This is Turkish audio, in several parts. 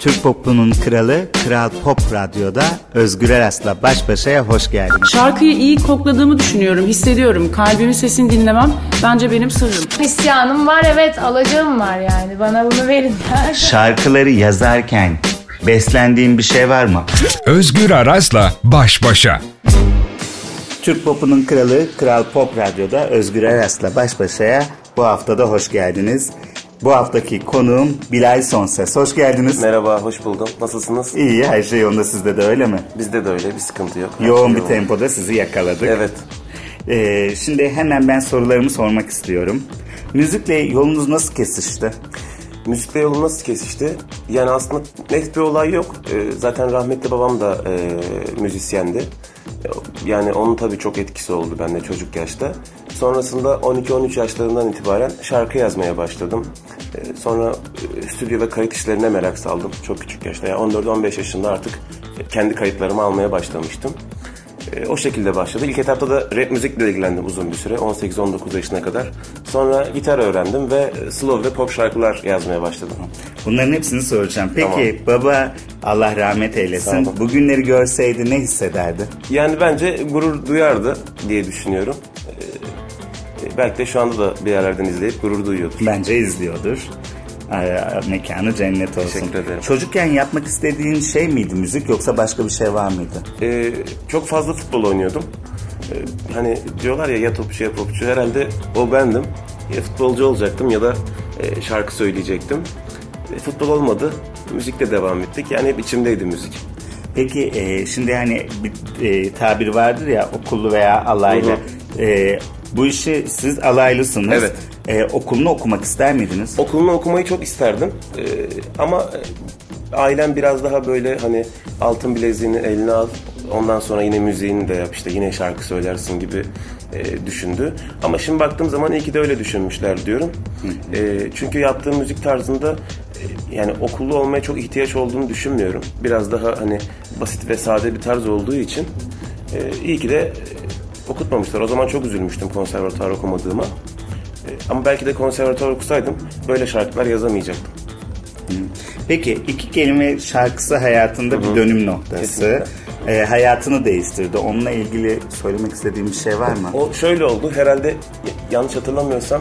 Türk popunun kralı Kral Pop Radyo'da Özgür Eras'la baş başaya hoş geldiniz. Şarkıyı iyi kokladığımı düşünüyorum, hissediyorum. Kalbimin sesini dinlemem bence benim sırrım. İsyanım var, evet, alacağım var yani. Bana bunu verin. Şarkıları yazarken beslendiğin bir şey var mı? Özgür Eras'la baş başa. Türk popunun kralı Kral Pop Radyo'da Özgür Eras'la baş başaya bu haftada hoş geldiniz. Bu haftaki konuğum Bilal Sonses. Hoş geldiniz. Merhaba, hoş buldum. Nasılsınız? İyi, her şey yolunda, sizde de öyle mi? Bizde de öyle, bir sıkıntı yok. Yoğun bir tempoda sizi yakaladık. Evet. Şimdi hemen ben sorularımı sormak istiyorum. Müzikle yolunuz nasıl kesişti? Müzikle yolum nasıl kesişti? Yani aslında net bir olay yok. Zaten rahmetli babam da müzisyendi. Yani onun tabii çok etkisi oldu bende çocuk yaşta. Sonrasında 12-13 yaşlarından itibaren şarkı yazmaya başladım. Sonra stüdyo ve kayıt işlerine merak saldım çok küçük yaşta. Yani 14-15 yaşında artık kendi kayıtlarımı almaya başlamıştım. O şekilde başladı. İlk etapta da rap müzikle ilgilendim uzun bir süre. 18-19 yaşına kadar. Sonra gitar öğrendim ve slow ve pop şarkılar yazmaya başladım. Bunların hepsini soracağım. Peki baba, Allah rahmet eylesin, bugünleri görseydi ne hissederdi? Yani bence gurur duyardı diye düşünüyorum. Belki de şu anda da bir yerlerden izleyip gurur duyuyordur. Bence izliyordur. Mekanı cennet olsun. Teşekkür ederim. Çocukken yapmak istediğin şey miydi müzik, yoksa başka bir şey var mıydı? Çok fazla futbol oynuyordum. Hani diyorlar ya topçu ya popçu, herhalde o bendim. Ya futbolcu olacaktım ya da şarkı söyleyecektim. Futbol olmadı. Müzikle devam ettik. Yani hep içimdeydi müzik. Peki şimdi hani bir tabir vardır ya, okullu veya alaylı. Bu işi siz alaylısınız. Evet. Okulunu okumak ister miydiniz? Okulunu okumayı çok isterdim. Ama ailem biraz daha böyle hani altın bileziğini eline al, ondan sonra yine müziğini de yap, işte yine şarkı söylersin gibi düşündü. Ama şimdi baktığım zaman iyi ki de öyle düşünmüşler diyorum. Çünkü yaptığım müzik tarzında yani okullu olmaya çok ihtiyaç olduğunu düşünmüyorum. Biraz daha hani basit ve sade bir tarz olduğu için iyi ki de okutmamışlar. O zaman çok üzülmüştüm konservatuvar okumadığıma. Ama belki de konservatuvar okusaydım böyle şarkılar yazamayacaktım. Peki, iki kelime şarkısı hayatında bir dönüm noktası. Hayatını değiştirdi. Onunla ilgili söylemek istediğim bir şey var mı? O şöyle oldu. Herhalde yanlış hatırlamıyorsam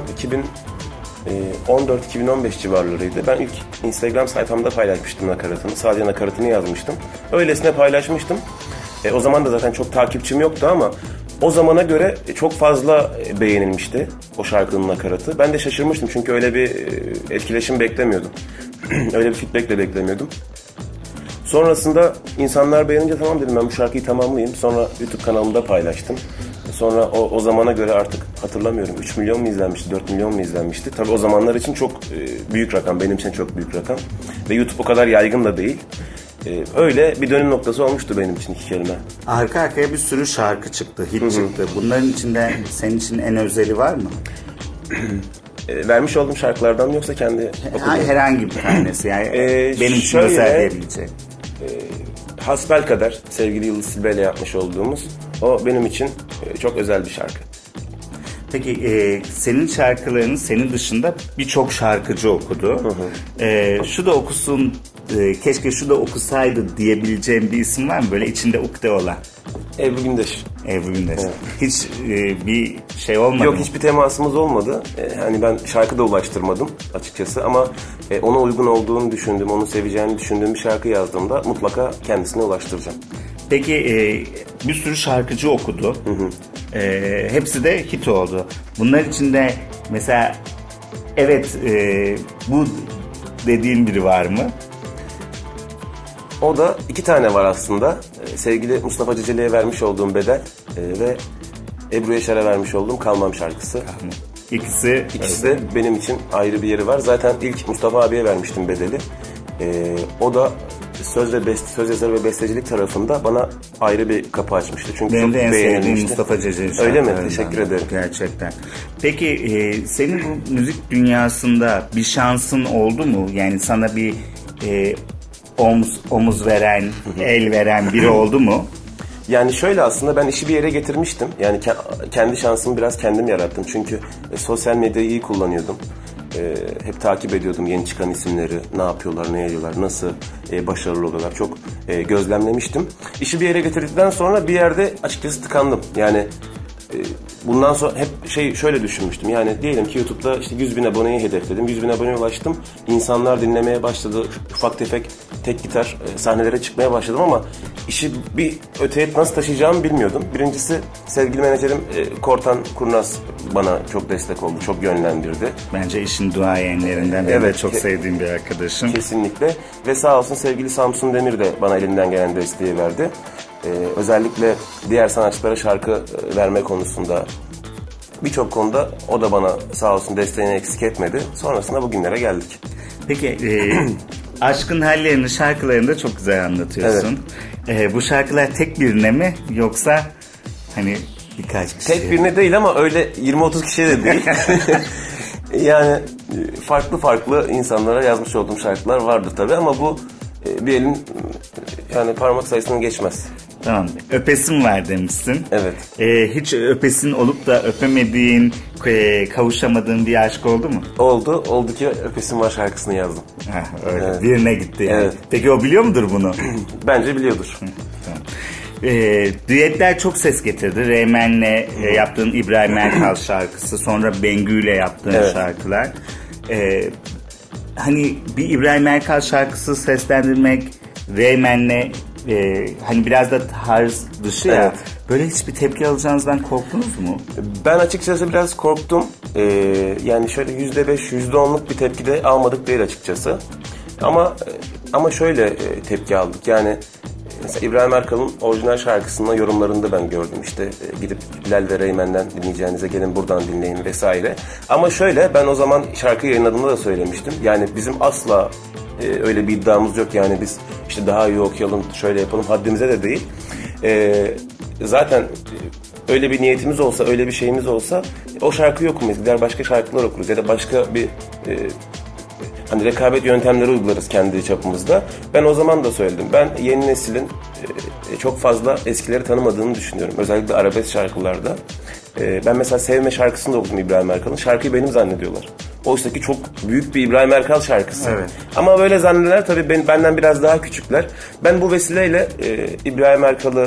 2014-2015 civarlarıydı. Ben ilk Instagram sayfamda paylaşmıştım nakaratını. Sadece nakaratını yazmıştım. Öylesine paylaşmıştım. O zaman da zaten çok takipçim yoktu ama o zamana göre çok fazla beğenilmişti o şarkının nakaratı. Ben de şaşırmıştım çünkü öyle bir etkileşim beklemiyordum. Öyle bir feedback de beklemiyordum. Sonrasında insanlar beğenince tamam dedim, ben bu şarkıyı tamamlayayım. Sonra YouTube kanalımda paylaştım. Sonra o zamana göre artık hatırlamıyorum, 3 milyon mu izlenmişti, 4 milyon mu izlenmişti. Tabii o zamanlar için çok büyük rakam, benim için çok büyük rakam. Ve YouTube o kadar yaygın da değil. Öyle bir dönüm noktası olmuştu benim için iki kelime. Arka arkaya bir sürü şarkı çıktı, hit çıktı. Bunların içinde senin için en özeli var mı? Vermiş olduğum şarkılardan mı yoksa kendi okuduğum? Herhangi bir tanesi yani benim için özel diyebileceğim. Hasbelkader, sevgili Yıldız Silbe ile yapmış olduğumuz, o benim için çok özel bir şarkı. Peki senin şarkılarını senin dışında birçok şarkıcı okudu. Şu da okusun, keşke şu da okusaydı diyebileceğim bir isim var mı? Böyle içinde ukde olan. Ebru Gündeş. Ebru Gündeş. Evet. Hiç bir şey olmadı Yok, mı? hiçbir temasımız olmadı. Hani ben şarkı da ulaştırmadım açıkçası ama ona uygun olduğunu düşündüğüm, onu seveceğini düşündüğüm bir şarkı yazdığımda mutlaka kendisine ulaştıracağım. Peki bir sürü şarkıcı okudu. Hepsi de hit oldu. Bunlar içinde mesela bu dediğin biri var mı? O da 2 tane var aslında. Sevgili Mustafa Ceceli'ye vermiş olduğum Bedel ve Ebru Yaşar'a vermiş olduğum Kalmam şarkısı. İkisi de benim için ayrı bir yeri var. Zaten ilk Mustafa abiye vermiştim Bedel'i. O da söz yazarı ve bestecilik tarafında bana ayrı bir kapı açmıştı. Çünkü benim çok de en beğenilmişti. sevdiğim Mustafa Ceceli. Öyle mi? Teşekkür ederim. Gerçekten. Peki senin bu müzik dünyasında bir şansın oldu mu? Yani sana bir omuz veren, el veren biri oldu mu? Yani şöyle, aslında ben işi bir yere getirmiştim. Yani kendi şansımı biraz kendim yarattım. Çünkü sosyal medyayı iyi kullanıyordum. hep takip ediyordum yeni çıkan isimleri, ne yapıyorlar, ne ediyorlar, nasıl başarılı oluyorlar. Çok gözlemlemiştim. İşi bir yere getirdikten sonra bir yerde açıkçası tıkandım. Yani bundan sonra hep şöyle düşünmüştüm. Yani diyelim ki YouTube'da işte 100.000 aboneyi hedefledim. 100.000 aboneye ulaştım. İnsanlar dinlemeye başladı. Ufak tefek tek gitar sahnelere çıkmaya başladım ama işi bir öteye nasıl taşıyacağımı bilmiyordum. Birincisi sevgili menajerim Kortan Kurnaz bana çok destek oldu. Çok yönlendirdi. Bence işin duayenlerinden. Benim de çok sevdiğim bir arkadaşım. Kesinlikle. Ve sağ olsun sevgili Samsun Demir de bana elinden gelen desteği verdi. Özellikle diğer sanatçılara şarkı verme konusunda birçok konuda o da bana sağ olsun desteğini eksik etmedi. Sonrasında bugünlere geldik. Peki aşkın hallerini şarkılarında çok güzel anlatıyorsun. Evet. Bu şarkılar tek birine mi yoksa hani birkaç kişi? Tek birine değil ama öyle 20-30 kişiye de değil. Yani farklı insanlara yazmış olduğum şarkılar vardır tabii ama bu bir elin yani parmak sayısını geçmez. Tamam. Öpesim var demişsin. Evet. Hiç öpesin olup da öpemediğin, kavuşamadığın bir aşk oldu mu? Oldu. Oldu ki Öpesim Var şarkısını yazdım. Öyle. Evet. Birine gitti yani. Evet. Peki o biliyor mudur bunu? Bence biliyordur. Tamam. Düetler çok ses getirdi. Reymen'le yaptığın İbrahim Erkal şarkısı, sonra Bengü'yle yaptığın şarkılar. Hani bir İbrahim Erkal şarkısı seslendirmek, Reymen'le hani biraz da tarz dışı ya. Böyle hiçbir tepki alacağınızdan korktunuz mu? Ben açıkçası biraz korktum. Yani şöyle %5, %10'luk bir tepki de almadık değil açıkçası. Ama şöyle tepki aldık. Yani mesela İbrahim Erkal'ın orijinal şarkısının yorumlarında ben gördüm. İşte gidip Bilal ve Reymen'den dinleyeceğinize gelin buradan dinleyin vesaire. Ama şöyle ben o zaman şarkıyı yayınladığımda da söylemiştim. Yani bizim asla öyle bir iddiamız yok. Yani biz işte daha iyi okuyalım, şöyle yapalım haddimize de değil. Zaten öyle bir niyetimiz olsa, öyle bir şeyimiz olsa o şarkıyı okumayız. Gider başka şarkılar okuruz ya da başka bir hani rekabet yöntemleri uygularız kendi çapımızda. Ben o zaman da söyledim. Ben yeni neslin çok fazla eskileri tanımadığını düşünüyorum. Özellikle arabesk şarkılarda. Ben mesela Sevme şarkısını da okudum İbrahim Erkal'ın. Şarkıyı benim zannediyorlar. Oysa ki çok büyük bir İbrahim Erkal şarkısı. Evet. Ama böyle zannederler tabii benden biraz daha küçükler. Ben bu vesileyle İbrahim Erkal'ı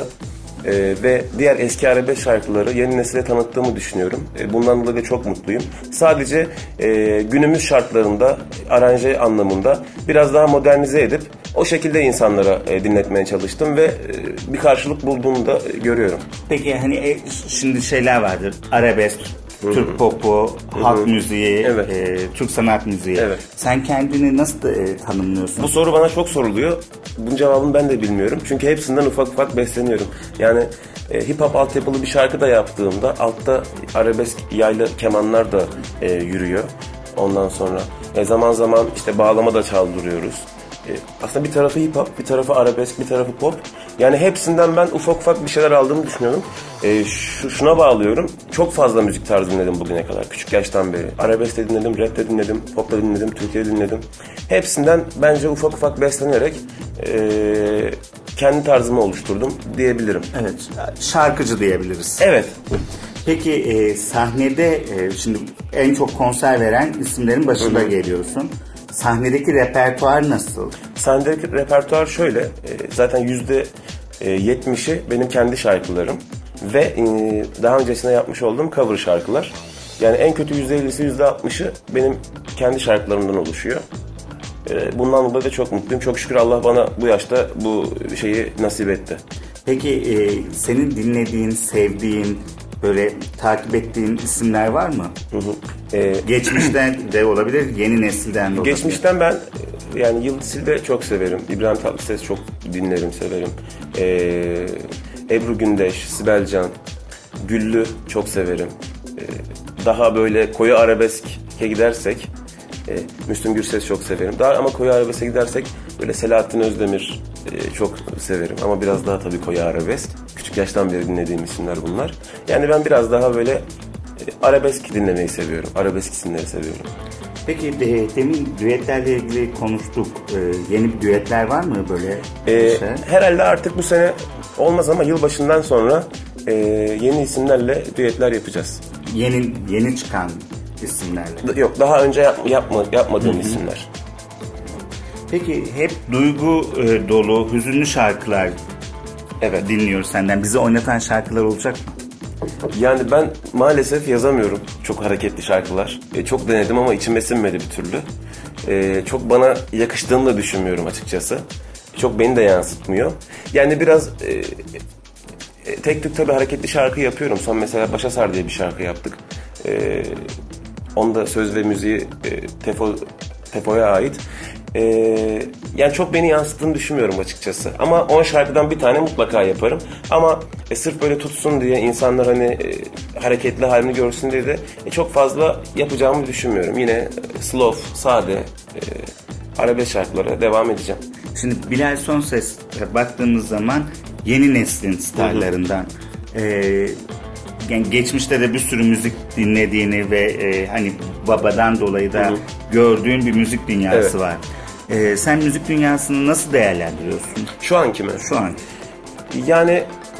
ve diğer eski arabesk şarkıları yeni nesile tanıttığımı düşünüyorum. Bundan dolayı da çok mutluyum. Sadece günümüz şartlarında, aranje anlamında biraz daha modernize edip o şekilde insanlara dinletmeye çalıştım ve bir karşılık bulduğumu da görüyorum. Peki hani şimdi şeyler vardır. Arabesk, Türk popu, halk müziği, Türk sanat müziği. Evet. Sen kendini nasıl tanımlıyorsun? Bu soru bana çok soruluyor. Bunun cevabını ben de bilmiyorum. Çünkü hepsinden ufak ufak besleniyorum. Yani hip hop altyapılı bir şarkı da yaptığımda altta arabesk yaylı kemanlar da yürüyor. Ondan sonra zaman zaman işte bağlama da çaldırıyoruz. Aslında bir tarafı hip hop, bir tarafı arabesk, bir tarafı pop. Yani hepsinden ben ufak ufak bir şeyler aldığımı düşünüyorum. Şuna bağlıyorum. Çok fazla müzik tarzı dinledim bugüne kadar. Küçük yaştan beri. Arabesk de dinledim, rap de dinledim, pop da dinledim, Türkiye dinledim. Hepsinden bence ufak ufak beslenerek kendi tarzımı oluşturdum diyebilirim. Evet, şarkıcı diyebiliriz. Evet. Peki sahnede şimdi en çok konser veren isimlerin başında geliyorsun. Sahnedeki repertuar nasıl? Sahnedeki repertuar şöyle, zaten %70'i benim kendi şarkılarım ve daha öncesinde yapmış olduğum cover şarkılar. Yani en kötü %50'si %60'ı benim kendi şarkılarımdan oluşuyor. Bundan dolayı da çok mutluyum. Çok şükür Allah bana bu yaşta bu şeyi nasip etti. Peki senin dinlediğin, sevdiğin, böyle takip ettiğin isimler var mı? Geçmişten de olabilir, yeni nesilden de olabilir. Geçmişten ben yani Yıldız Tilbe çok severim. İbrahim Tatlıses çok dinlerim, severim. Ebru Gündeş, Sibel Can, Güllü çok severim. Daha böyle koyu arabeske gidersek Müslüm Gürses çok severim. Ama koyu arabeske gidersek böyle Selahattin Özdemir çok severim. Ama biraz daha tabii koyu arabesk. Küçük yaştan beri dinlediğim isimler bunlar. Yani ben biraz daha böyle arabesk dinlemeyi seviyorum. Arabesk isimleri seviyorum. Peki demin düetlerle ilgili konuştuk. Yeni bir düetler var mı böyle? Herhalde artık bu sene olmaz ama yılbaşından sonra yeni isimlerle düetler yapacağız. Yeni çıkan isimlerle. Yok, daha önce yapmadığım isimler. Peki hep duygu dolu, hüzünlü şarkılar dinliyoruz senden. Bizi oynatan şarkılar olacak mı? Yani ben maalesef yazamıyorum çok hareketli şarkılar. Çok denedim ama içime sinmedi bir türlü. Çok bana yakıştığını da düşünmüyorum açıkçası. Çok beni de yansıtmıyor. Yani biraz tek tük tabii hareketli şarkı yapıyorum. Son mesela Başa Sar diye bir şarkı yaptık. Onda söz ve müziği Tefo'ya ait. Yani çok beni yansıttığını düşünmüyorum açıkçası. Ama 10 şarkıdan bir tane mutlaka yaparım. Ama sırf böyle tutsun diye insanlar hani hareketli halini görsün diye de çok fazla yapacağımı düşünmüyorum. Yine slow, sade, arabesk şarkılara devam edeceğim. Şimdi Bilal Sonses baktığımız zaman yeni neslin starlarından. Yani geçmişte de bir sürü müzik dinlediğini ve hani babadan dolayı da gördüğün bir müzik dünyası var. Sen müzik dünyasını nasıl değerlendiriyorsun? Şu anki mi? Şu an. Yani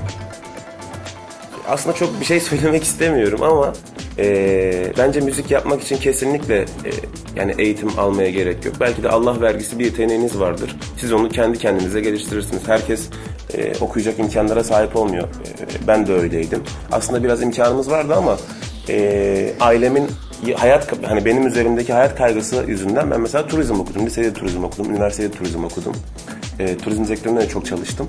aslında çok bir şey söylemek istemiyorum ama bence müzik yapmak için kesinlikle yani eğitim almaya gerek yok. Belki de Allah vergisi bir yeteneğiniz vardır. Siz onu kendi kendinize geliştirirsiniz. Herkes okuyacak imkanlara sahip olmuyor. Ben de öyleydim. Aslında biraz imkanımız vardı ama ailemin hani benim üzerimdeki hayat kaygısı yüzünden ben mesela turizm okudum. Lisede turizm okudum, üniversitede turizm okudum. Turizm sektöründe de çok çalıştım.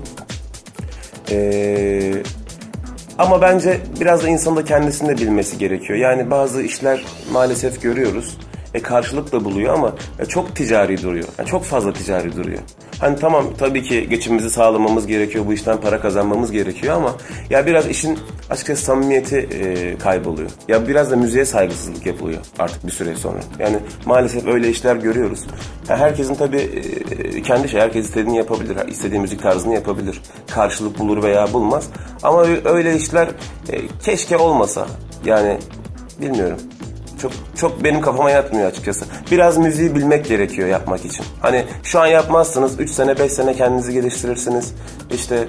Ama bence biraz da insanın da kendisini de bilmesi gerekiyor. Yani bazı işler maalesef görüyoruz. Karşılık da buluyor ama çok ticari duruyor. Yani çok fazla ticari duruyor. Hani tamam, tabii ki geçimimizi sağlamamız gerekiyor. Bu işten para kazanmamız gerekiyor ama ya biraz işin açıkçası samimiyeti kayboluyor. Ya biraz da müziğe saygısızlık yapılıyor artık bir süre sonra. Yani maalesef öyle işler görüyoruz. Yani herkesin tabii kendi şey, herkes istediğini yapabilir. İstediği müzik tarzını yapabilir. Karşılık bulur veya bulmaz. Ama öyle işler keşke olmasa. Yani bilmiyorum. Çok benim kafama yatmıyor açıkçası. Biraz müziği bilmek gerekiyor yapmak için. Hani şu an yapmazsınız, 3 sene 5 sene kendinizi geliştirirsiniz. İşte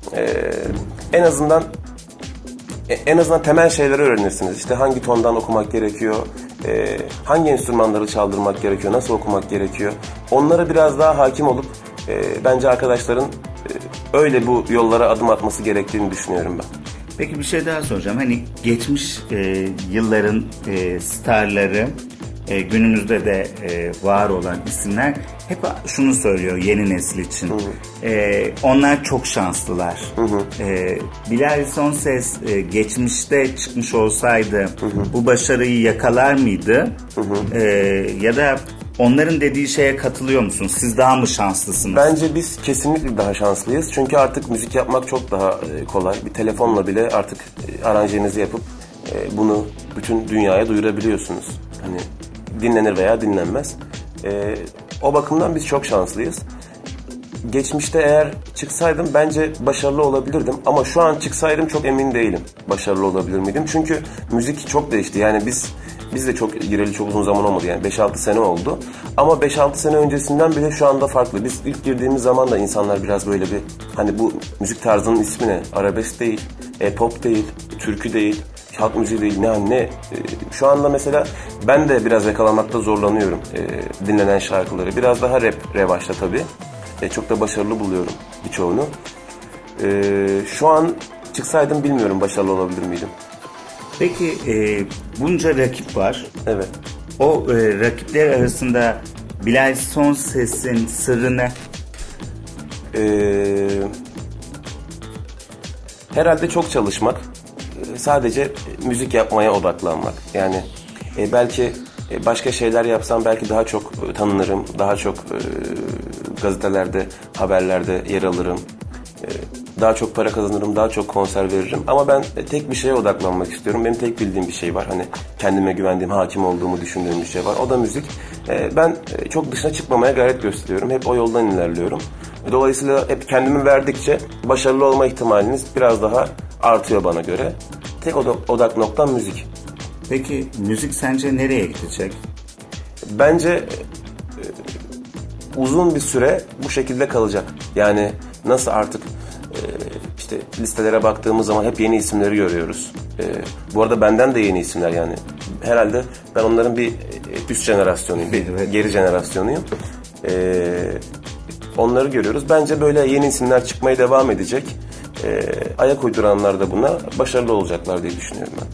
en azından temel şeyleri öğrenirsiniz. İşte hangi tondan okumak gerekiyor, hangi enstrümanları çaldırmak gerekiyor, nasıl okumak gerekiyor. Onlara biraz daha hakim olup bence arkadaşların öyle bu yollara adım atması gerektiğini düşünüyorum ben. Peki bir şey daha soracağım. Hani geçmiş yılların starları, günümüzde de var olan isimler hep şunu söylüyor yeni nesil için. Onlar çok şanslılar. Bilal Sonses geçmişte çıkmış olsaydı bu başarıyı yakalar mıydı? Ya da onların dediği şeye katılıyor musun? Siz daha mı şanslısınız? Bence biz kesinlikle daha şanslıyız. Çünkü artık müzik yapmak çok daha kolay. Bir telefonla bile artık aranjenizi yapıp bunu bütün dünyaya duyurabiliyorsunuz. Hani dinlenir veya dinlenmez. O bakımdan biz çok şanslıyız. Geçmişte eğer çıksaydım bence başarılı olabilirdim. Ama şu an çıksaydım çok emin değilim başarılı olabilir miydim. Çünkü müzik çok değişti. Yani biz de çok gireli çok uzun zaman olmadı, yani 5-6 sene oldu. Ama 5-6 sene öncesinden bile şu anda farklı. Biz ilk girdiğimiz zaman da insanlar biraz böyle bir, hani bu müzik tarzının ismi ne? Arabesk değil, pop değil, türkü değil, halk müziği değil. Ne? Şu anda mesela ben de biraz yakalamakta zorlanıyorum dinlenen şarkıları. Biraz daha rap revaçta tabii. Çok da başarılı buluyorum birçoğunu. Şu an çıksaydım bilmiyorum başarılı olabilir miydim. Peki bunca rakip var. Evet. O rakipler arasında Bilal Sonses'in sırrı ne? Herhalde çok çalışmak. Sadece müzik yapmaya odaklanmak. Yani belki başka şeyler yapsam belki daha çok tanınırım. Daha çok gazetelerde, haberlerde yer alırım. Daha çok para kazanırım, daha çok konser veririm. Ama ben tek bir şeye odaklanmak istiyorum. Benim tek bildiğim bir şey var. Hani kendime güvendiğim, hakim olduğumu düşündüğüm bir şey var. O da müzik. Ben çok dışına çıkmamaya gayret gösteriyorum. Hep o yoldan ilerliyorum. Dolayısıyla hep kendimi verdikçe başarılı olma ihtimaliniz biraz daha artıyor bana göre. Tek odak noktam müzik. Peki müzik sence nereye gidecek? Bence uzun bir süre bu şekilde kalacak. Yani nasıl artık işte listelere baktığımız zaman hep yeni isimleri görüyoruz. Bu arada benden de yeni isimler, yani herhalde ben onların bir üst jenerasyonuyum, bir Evet. geri jenerasyonuyum. Onları görüyoruz. Bence böyle yeni isimler çıkmaya devam edecek. Ayak uyduranlar da buna başarılı olacaklar diye düşünüyorum ben.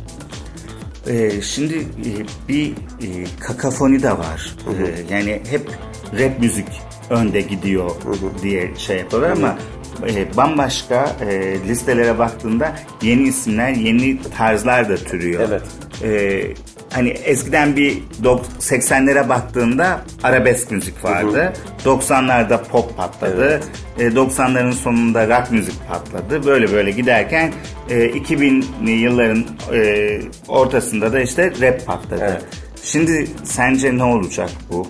Şimdi bir kakafoni de var. Yani hep rap müzik önde gidiyor diye şey yapıyorlar ama bambaşka listelere baktığında yeni isimler, yeni tarzlar da türüyor. Evet. Hani eskiden bir 80'lere baktığında arabesk müzik vardı. 90'larda pop patladı. 90'ların sonunda rock müzik patladı. Böyle giderken 2000'li yılların ortasında da işte rap patladı. Evet. Şimdi sence ne olacak bu?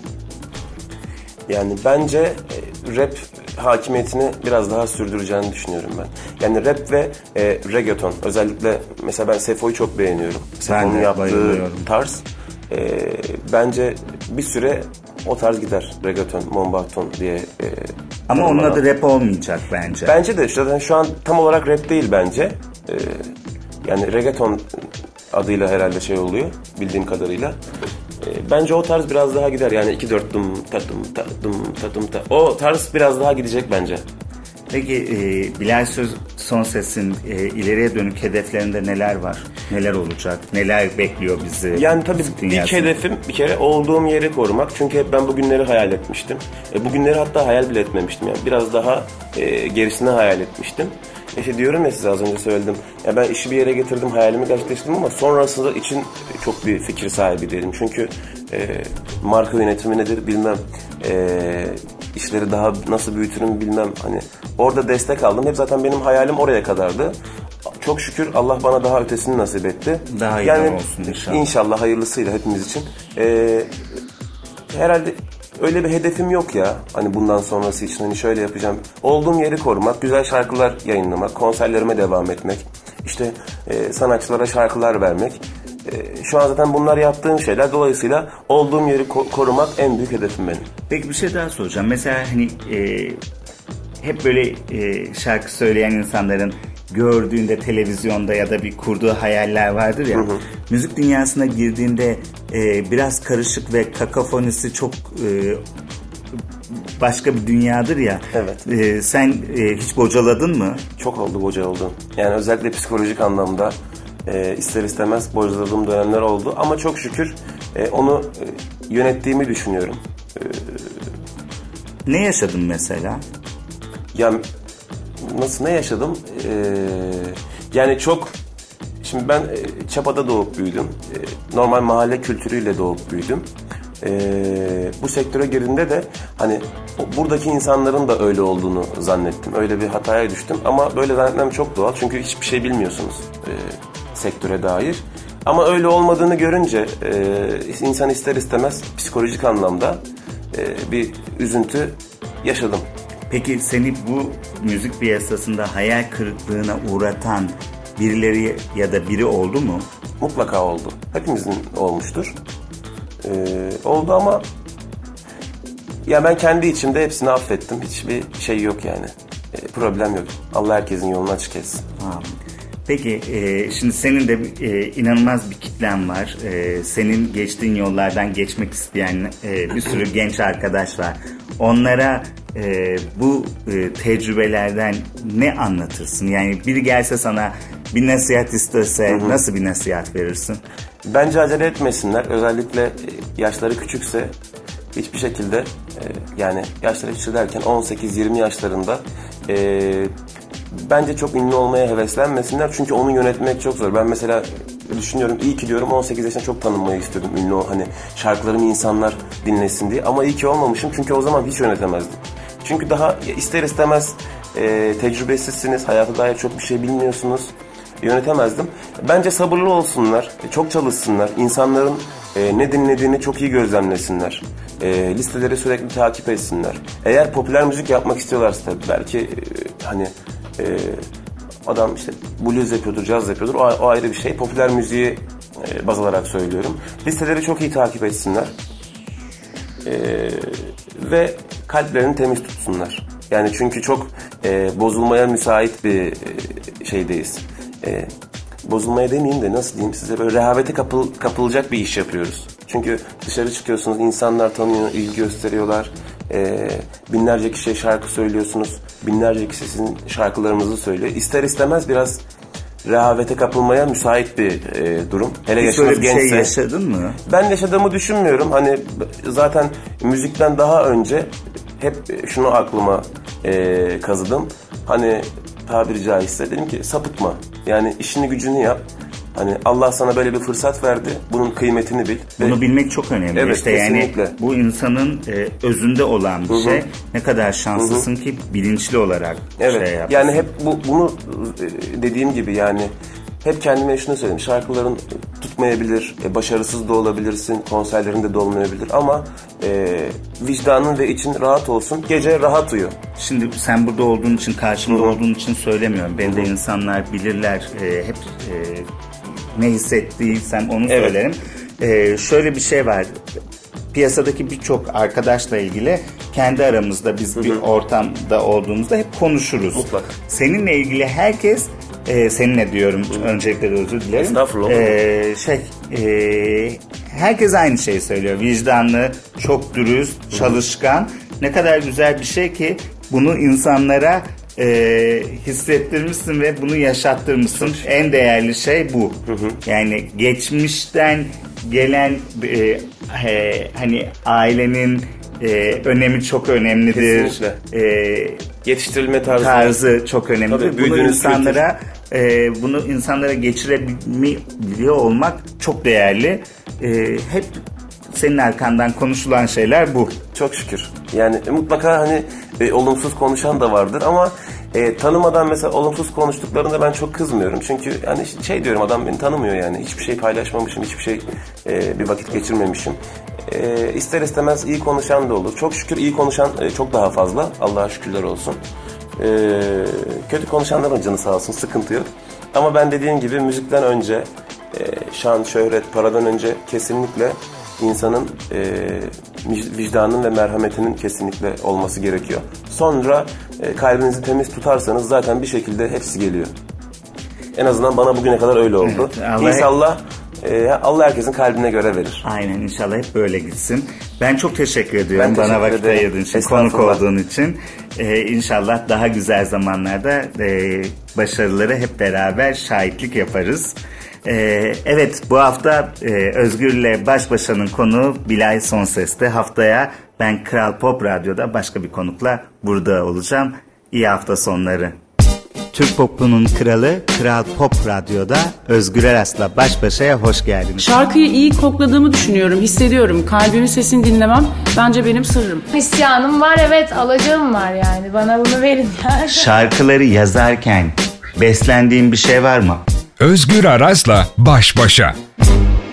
Yani bence rap hakimiyetini biraz daha sürdüreceğini düşünüyorum ben. Yani rap ve reggaeton. Özellikle mesela ben Sefo'yu çok beğeniyorum. Sefo'nun yaptığı bayılıyorum. tarz. Bence bir süre o tarz gider. Reggaeton, mombaton diye. Ama onun adı rap olmayacak bence. Bence de zaten şu an tam olarak rap değil bence. Yani reggaeton adıyla herhalde şey oluyor bildiğim kadarıyla. Bence o tarz biraz daha gider. Yani 2-4 dım o tarz biraz daha gidecek bence. Peki Bilal Sonses'in ileriye dönük hedeflerinde neler var? Neler olacak? Neler bekliyor bizi? Yani tabii ilk hedefim bir kere olduğum yeri korumak. Çünkü hep ben bugünleri hayal etmiştim. Bugünleri hatta hayal bile etmemiştim. Yani biraz daha gerisini hayal etmiştim. İşte diyorum ya size az önce söyledim. Ya ben işi bir yere getirdim, hayalimi gerçekleştirdim ama sonrasında için çok bir fikir sahibi değilim. Çünkü marka yönetimi nedir bilmem. İşleri daha nasıl büyütürüm bilmem. Hani orada destek aldım. Hep zaten benim hayalim oraya kadardı. Çok şükür Allah bana daha ötesini nasip etti. Daha iyi yani, olsun inşallah. İnşallah hayırlısıyla hepimiz için. Herhalde öyle bir hedefim yok ya. Hani bundan sonrası için hani şöyle yapacağım. Olduğum yeri korumak, güzel şarkılar yayınlamak, konserlerime devam etmek. İşte sanatçılara şarkılar vermek. Şu an zaten bunlar yaptığım şeyler. Dolayısıyla olduğum yeri korumak en büyük hedefim benim. Peki bir şey daha soracağım. Mesela hani hep böyle şarkı söyleyen insanların gördüğünde televizyonda ya da bir kurduğu hayaller vardır ya. Müzik dünyasına girdiğinde biraz karışık ve kakafonisi çok başka bir dünyadır ya. Evet. Sen hiç bocaladın mı? Çok oldu boca oldu. Yani özellikle psikolojik anlamda ister istemez bocaladığım dönemler oldu. Ama çok şükür onu yönettiğimi düşünüyorum. Ne yaşadın mesela? Ya nasıl ne yaşadım? Yani çok şimdi ben Çapa'da doğup büyüdüm. Normal mahalle kültürüyle doğup büyüdüm. Bu sektöre girdiğimde de hani buradaki insanların da öyle olduğunu zannettim. Öyle bir hataya düştüm. Ama böyle zannetmem çok doğal. Çünkü hiçbir şey bilmiyorsunuz sektöre dair. Ama öyle olmadığını görünce insan ister istemez psikolojik anlamda bir üzüntü yaşadım. Peki seni bu müzik piyasasında hayal kırıklığına uğratan birileri ya da biri oldu mu? Mutlaka oldu. Hepimizin olmuştur. Oldu ama ya ben kendi içimde hepsini affettim. Hiçbir şey yok yani. Problem yok. Allah herkesin yolunu açık etsin. Peki şimdi senin de inanılmaz bir kitlen var. Senin geçtiğin yollardan geçmek isteyen bir sürü genç arkadaş var. Onlara bu tecrübelerden ne anlatırsın? Yani biri gelse sana bir nasihat istese nasıl bir nasihat verirsin? Bence acele etmesinler. Özellikle yaşları küçükse hiçbir şekilde yani yaşları küçük derken 18-20 yaşlarında bence çok ünlü olmaya heveslenmesinler. Çünkü onu yönetmek çok zor. Ben mesela düşünüyorum iyi ki diyorum 18 yaşında çok tanınmayı istiyordum. Ünlü hani şarkılarımı insanlar dinlesin diye. Ama iyi ki olmamışım çünkü o zaman hiç yönetemezdim. Çünkü daha ister istemez tecrübesizsiniz. Hayata dair çok bir şey bilmiyorsunuz. Yönetemezdim. Bence sabırlı olsunlar. Çok çalışsınlar. İnsanların ne dinlediğini çok iyi gözlemlesinler. Listeleri sürekli takip etsinler. Eğer popüler müzik yapmak istiyorlarsa tabii belki hani adam işte blues yapıyordur, caz yapıyordur. O ayrı bir şey. Popüler müziği baz alarak söylüyorum. Listeleri çok iyi takip etsinler. Ve kalplerini temiz tutsunlar. Yani çünkü çok bozulmaya müsait bir şeydeyiz. bozulmaya demeyeyim de nasıl diyeyim size, böyle rehavete kapılacak bir iş yapıyoruz. Çünkü dışarı çıkıyorsunuz, insanlar tanıyor, ilgi gösteriyorlar. Binlerce kişiye şarkı söylüyorsunuz. Binlerce kişi sizin şarkılarınızı söylüyor. İster istemez biraz rehavete kapılmaya müsait bir durum. Hele Hiç böyle bir gençse. şey yaşadın mı? Ben yaşadığımı düşünmüyorum. Hani zaten müzikten daha önce hep şunu aklıma kazıdım. Hani tabiri caizse dedim ki sapıtma. Yani işini gücünü yap. Hani Allah sana böyle bir fırsat verdi. Bunun kıymetini bil. Bunu bilmek çok önemli. Evet, işte kesinlikle. Yani bu insanın özünde olan bir şey. Ne kadar şanslısın ki bilinçli olarak evet. şey yapıyorsun. Yani hep bunu dediğim gibi yani hep kendime şunu söyledim. Şarkıların tutmayabilir, başarısız da olabilirsin, konserlerinde de olmayabilir ama vicdanın ve için rahat olsun. Gece rahat uyu. Şimdi sen burada olduğun için, karşımda olduğun için söylemiyorum. Beni de insanlar bilirler. Hep ne hissettiysem onu söylerim. Şöyle bir şey var. Piyasadaki birçok arkadaşla ilgili kendi aramızda biz bir ortamda olduğumuzda hep konuşuruz. Mutlaka. Seninle ilgili herkes seninle diyorum, öncelikle de özür dilerim. Estağfurullah. Herkes aynı şeyi söylüyor. Vicdanlı, çok dürüst, çalışkan. Ne kadar güzel bir şey ki bunu insanlara hissettirmişsin ve bunu yaşattırmışsın. En değerli şey bu. Yani geçmişten gelen hani ailenin önemi çok önemlidir. Kesinlikle. Yetiştirilme tarzı çok önemlidir. Tabii, Bunu insanlara geçirebiliyor olmak çok değerli. Hep senin arkandan konuşulan şeyler bu. Çok şükür. Yani mutlaka hani olumsuz konuşan da vardır ama tanımadan mesela olumsuz konuştuklarında ben çok kızmıyorum. Çünkü yani şey diyorum, adam beni tanımıyor yani. Hiçbir şey paylaşmamışım, hiçbir şey bir vakit geçirmemişim. İster istemez iyi konuşan da olur. Çok şükür iyi konuşan çok daha fazla. Allah'a şükürler olsun. Kötü konuşanların canı sağ olsun, sıkıntı yok. Ama ben dediğim gibi müzikten önce, şan, şöhret, paradan önce kesinlikle insanın vicdanının ve merhametinin kesinlikle olması gerekiyor. Sonra kalbinizi temiz tutarsanız zaten bir şekilde hepsi geliyor. En azından bana bugüne kadar öyle oldu. Evet, İnşallah Allah herkesin kalbine göre verir. Aynen, inşallah hep böyle gitsin. Ben çok teşekkür ediyorum bana vakit ayırdığın için, konuk olduğun için. İnşallah daha güzel zamanlarda başarıları hep beraber şahitlik yaparız. Evet, bu hafta Özgür'le baş başanın konuğu Bilal Sonses'te. Haftaya ben Kral Pop Radyo'da başka bir konukla burada olacağım. İyi hafta sonları. Türk Pop'unun kralı Kral Pop Radyo'da Özgür Aras'la baş başaya hoş geldiniz. Şarkıyı iyi kokladığımı düşünüyorum, hissediyorum. Kalbimin sesini dinlemem bence benim sırrım. İsyanım var, evet, alacağım var yani. Bana bunu verin yani. Şarkıları yazarken beslendiğin bir şey var mı? Özgür Aras'la baş başa.